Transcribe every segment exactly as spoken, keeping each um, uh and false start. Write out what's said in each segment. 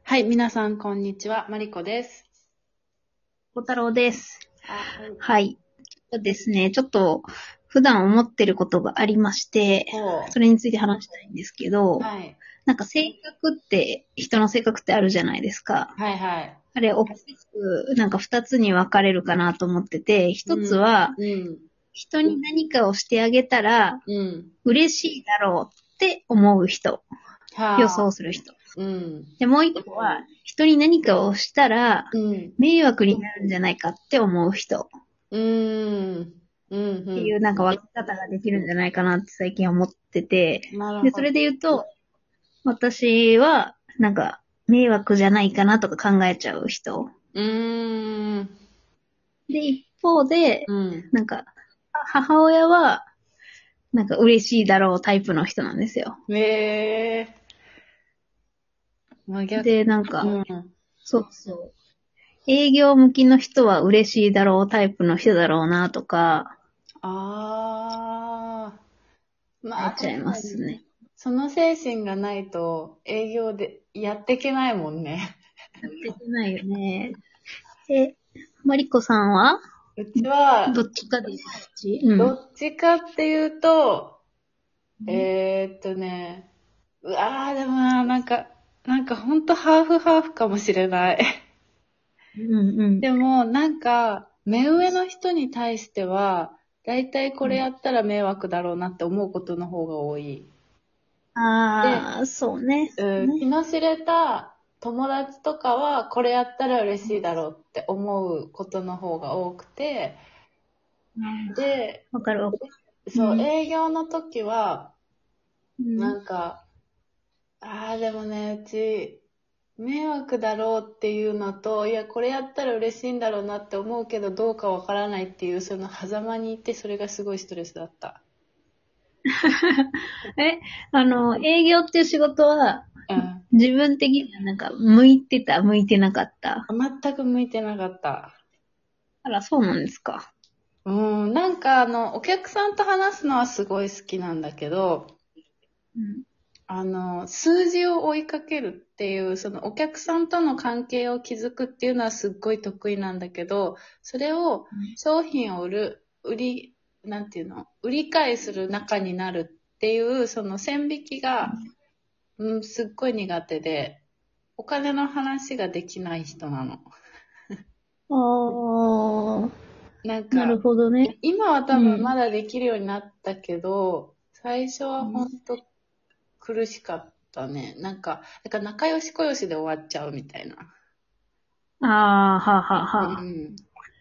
はい、皆さん、こんにちは。マリコです。 小太郎です。 はい。 はい。そうですね。ちょっと、普段思ってることがありまして、 ほそれについて話したいんですけう。 ど、 はい。 なんか性格って、人の性格ってあるじゃないですか。 はいはい。 あれ、大きく、なんか二つに分かれるかなと思ってて、一つうん。 は、 うん。 人に何かをしてあげたら、 うん。 嬉しいだろうって思う人。予はあ。 想する人。 うん。 で、もう一個は、人に何かをしたら、 うん。 迷惑になるんじゃないかって思う人。 うーん。うん。 っていうなんか分け方ができるんじゃないかなって最近思ってて。 うん。なるで、 ほど。 それで言うと、私は、なんか、迷惑じゃないかなとか考えちゃう人。 うーん。 で、一方で、 うん。 なんか、母親は、なんか嬉しいだろうタイプの人なんですよ。 ええー。真逆。 で、なんか、 うん。 そうそう。営業向きの人は嬉しいだろうタイプの人だろうなとか、 ああ。まあ、 思っちゃい確かに。 ますね。 その精神がないと、営業でやっていけないもんね。 やっていけないよね。え、マリコさんはうちは、 どっちかでいいどっちうん。 どっちかっていうと、えーっとね、うわーでもな、なんか、なんかほんとハーフハーフかもしれない。 うんうん。 でも、なんか、目上の人に対しては、だいたいこれやったら迷惑だろうなって思うことの方が多い。で、 ああ、そうね。 うん、気ね。 の知れた友達とかは、これやったら嬉しいだろうって思うことの方が多くて、で、 わかるわかる。うそう、 ん。 営業の時は、なうん。 んか、ああ、でもね、うち、迷惑だろうっていうのと、いや、これやったら嬉しいんだろうなって思うけど、どうかわからないっていう、その狭間にいて、それがすごいストレスだった。 え、あの、営業っていう仕事は、 うん。 自分的にはなんか、向いてた、向いてなかった。 全く向いてなかった。 あら、そうなんですか。 うん、なんかあの、お客さんと話すのはすごい好きなんだけど、 うん。 あの、数字を追いかけるっていう、そのお客さんとの関係を築くっていうのはすっごい得意なんだけど、それを商品を売る、売り、なんていうの、売り買いする中になるっていう、その線引きが、うん、すっごい苦手で、お金の話ができない人なの。 ああ、 なんか、 なるほどね。 今は多分まうん。 だできるようになったけど、最初はほんと苦しかったね。なんか、なんか仲良しこよしで終わっちゃうみたいな。 ああ、はあはあうはあ。 ん。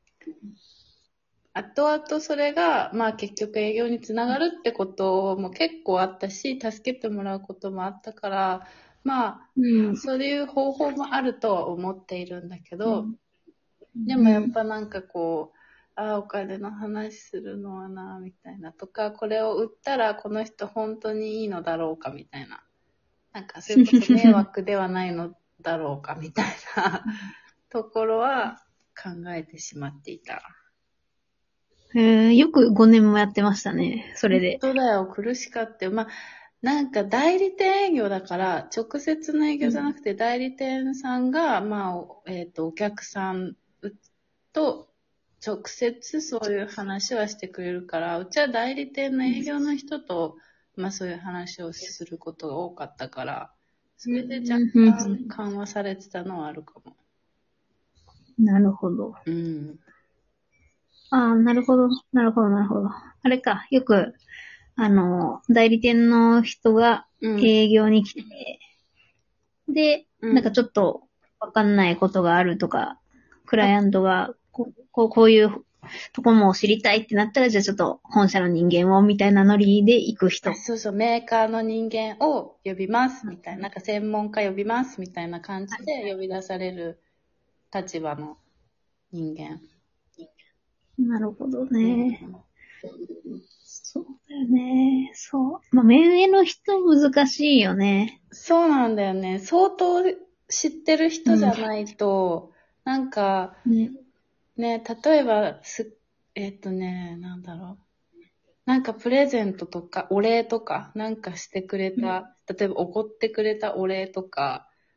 後々それが、まあ結局営業につながるってことも結構あったし、助けてもらうこともあったから、まあ、 うん。 そういう方法もあるとは思っているんだけど、 うん。 でもやっうん。 ぱなんかこう、ああ、お金の話するのはな、みたいなとか、これを売ったらこの人本当にいいのだろうか、みたいな。なんかそういうこと迷惑ではないのだろうか、みたいなところは考えてしまっていた。 へえ、よくごねんもやってましたね。それ本で。 当だよ、苦しかったよ。まあ、なんか代理店営業だから、直接の営業じゃなくて代理店さんが、まあ、えっと、お客さんと直接そういう話はしてくれるから、うちは代理店の営業の人と、まあそういう話をすることが多かったから、それで若うん。 干緩和されてたのはあるかも。 なるほど。 うん。 ああ、なるほど。なるほど、なるほど。あれか、よく、あの、代理店の人がうん。 営業に来て、で、なんかうん。 ちょっとわかんないことがあるとか、クライアントがこう、こう、こういうとこも知りたいってなったら、じゃあちょっと本社の人間をみたいなノリで行くあ、 人。 そうそう、メーカーの人間を呼びます、みたいな。なんか専門家呼びます、みたいな感じで呼び出される立場の人間。 なるほどうね。 ん。 そうだよね。そう。まあ、目上の人難しいよね。 そうなんだよね。相当知ってる人じうん。 ゃないと、なんか、 ね。 ね、例えば、す、えっとね、なんだろう。なんかプレゼントとか、お礼とか、なんかしてくれた、例えば怒ってくれたお礼とか、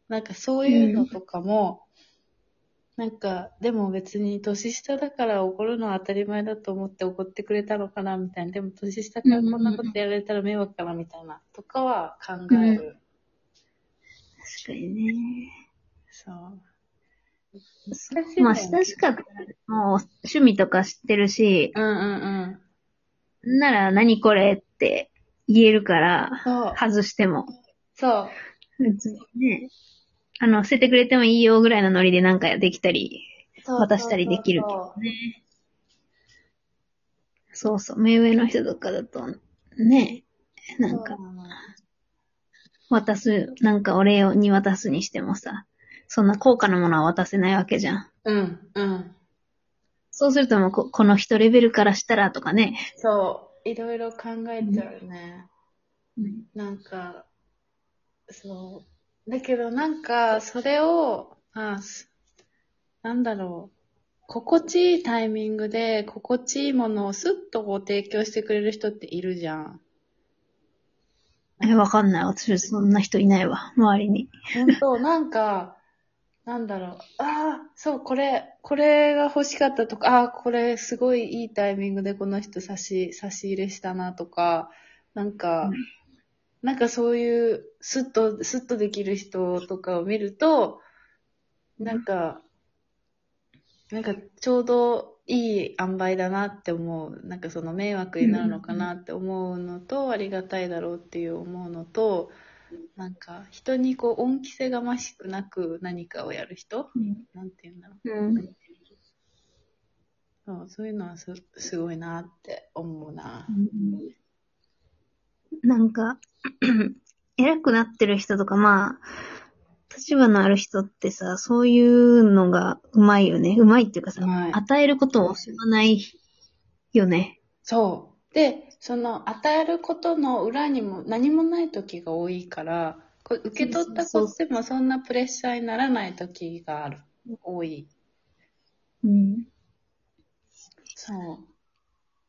なんかそういうのとかも、うん、なんか、でも別に年下だから怒るのは当たり前だと思って怒ってくれたのかな、みたいな。でも年下からこんなことやられたら迷惑かな、みたいな。とかは考える。 うん、確かにね。 そう。 まあ、親しかったら、もう趣味とか知ってるし、 うんうんうん。なら何これって言えるから、 そう外しても。 そう。 別にね、あの、捨ててくれてもいいよぐらいのノリでなんかできたり、 そう渡したりできるけどね。そうそう、目上の人とかだと、ね、なんか、渡す、なんかお礼に渡すにしてもさ、そんな高価なものは渡せないわけじゃん。 うんうん。 そうするともうこ、この人レベルからしたらとかね。 そう。いろいろ考えちゃうね。 うん、 なんか、そう。だけどなんか、それを、あ、なんだろう。心地いいタイミングで、心地いいものをスッとこう提供してくれる人っているじゃん。 え、わかんない。私、そんな人いないわ。周りに。 本当なんか、なんだろう。ああ、そう、これ、これが欲しかったとか、ああ、これすごいいいタイミングでこの人差し、差し入れしたなとか、なんか、 うん、 なんかそういう、スッと、スッとできる人とかを見ると、なんか、なんかちょうどいい塩梅だなって思う。なんかその迷惑になるのかなって思うのと、ありがたいだろうっていう思うのと、なんか人にこう恩着せがましくなく何かをやる人、 うん、 なんて言うんだろう。 うん。 そう、そういうのはす、すごいなって思うな。 うん、なんか、偉くなってる人とか、まあ、立場のある人ってさ、そういうのがうまいよね。うまいっていうかさ、 うまい。 与えることを惜しまないよね。 そう。で、その与えることの裏にも何もない時が多いから、これ受け取ったそうそうことでもそんなプレッシャーにならない時がある。多い。 そう。うん。 そう。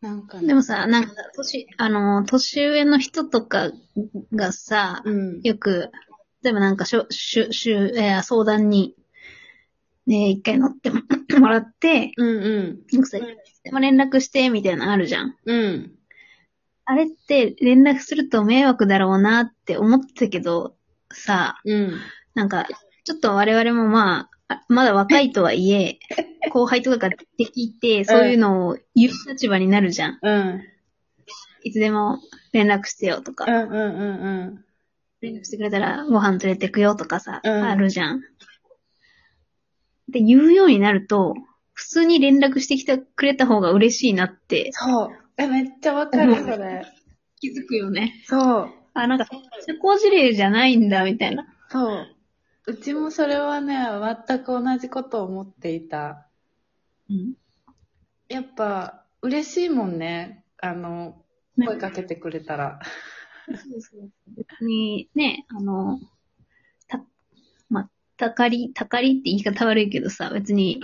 なんかね。 でもさ、なんか、年、あの、年上の人とかがさ、 うん。 よく、例えばなんかしょ、しゅ、しゅ、えー相談に、ね、一回乗ってももらって、 うんうん。 なんかさ、でも連絡して、みたいなのあるじゃん。 うん。 あれって連絡すると迷惑だろうなって思ってたけど、さ、 うん。 なんか、ちょっと我々もまあ、あまだ若いとはいえ、後輩とかができて、そういうのを言う立場になるじゃん。 うん。 いつでも連絡してよとか、 うんうんうん連絡してくれたらご飯連れてくよとかさ、 うん。 あるじゃん。で、言うようになると、普通に連絡してきてくれた方が嬉しいなってそう。え、めっちゃわかる、 思う。 それ。 気づくよね。 そう。 あ、なんか、社交辞令じゃないんだ、みたいな。 そう。うちもそれはね、全く同じことを思っていた。 うん。 やっぱ、嬉しいもんね。あの、 ね、 声かけてくれたら。 そうそう。別に、ね、あの、た、まあ、たかり、たかりって言い方悪いけどさ、別にうん。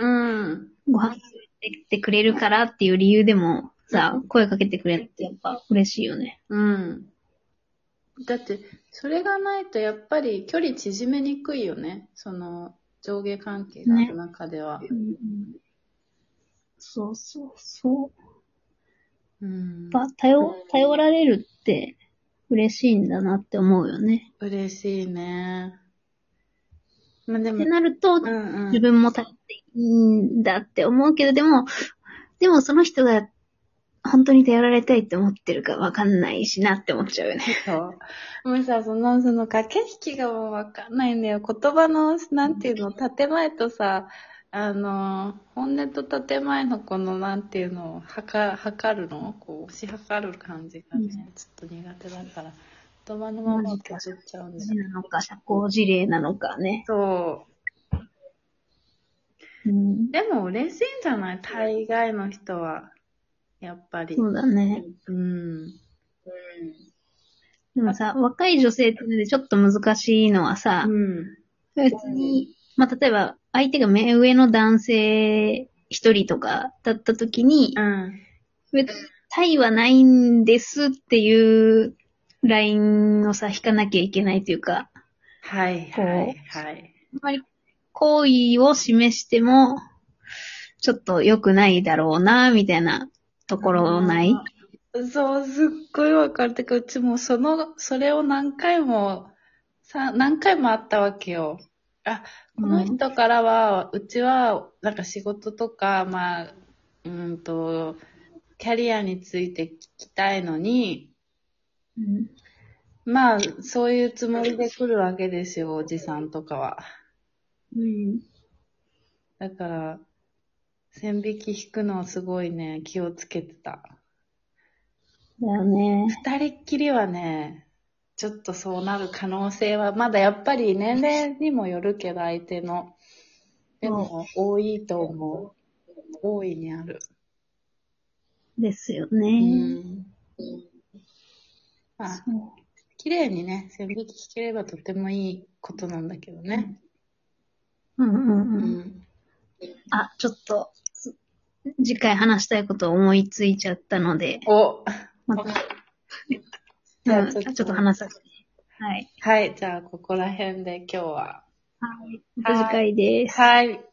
ご飯連れてってくれるからっていう理由でもさ、声かけてくれるってやっぱ嬉しいよね。 うん。だって、それがないとやっぱり距離縮めにくいよね。その、上下関係があるね。 中では。 うんうん、そうそうそう。 うん。 やっぱ頼、頼られるって嬉しいんだなって思うよね。 嬉しいね。まあでも、 ってなると、 うんうん。 自分も頼っていいんだって思うけど、でも、でもその人が本当に頼られたいって思ってるかわかんないしなって思っちゃうよね。 そう。もうさ、その、その駆け引きがもうわかんないんだよ。言葉の、なんていうの、建前とさ、あの、本音と建前のこの、なんていうのを、はか、測るのこう、推し量る感じがね、ちょっと苦手だから、言葉のままを削っちゃうんだよ。 なのか、社交辞令なのかね。 そうん、 う。でも嬉しいんじゃない大概の人は。やっぱり。 そうだね。 うん。 でもさ、若い女性ってのでちょっと難しいのはさ、 うん。 別に、まあ、例えば、相手が目上の男性一人とかだった時に、 うん。 別に、対はないんですっていうラインをさ、引かなきゃいけないというか、 はいはいはい。 あんまり好意を示しても、ちょっと良くないだろうな、みたいなところない？ そう、すっごいわかる。てか、うちもその、それを何回も、さ、何回もあったわけよ。あ、このうん。 人からは、うちは、なんか仕事とか、まあ、うーんと、キャリアについて聞きたいのに、 うん。 まあ、そういうつもりで来るわけですよ、おじさんとかは。 うん。 だから、線引き引くのはすごいね、気をつけてた。 だよね。 二人っきりはね、ちょっとそうなる可能性は、まだやっぱり年齢にもよるけど、相手の。でそも、多いと思う。大いにある。 う。ですようね。 ん。まあ、 そ綺麗にね、線引き引ければとてもいいことなんだけどね。 う。うんうんうん。 うん。 あ、ちょっと、次回話したいことを思いついちゃったので、 お、 また、 じゃあうん、ちょっとちょっと、 話させて。はい。 はい、じゃあここら辺で今日は。 はい。また次はい。 回です。 はい。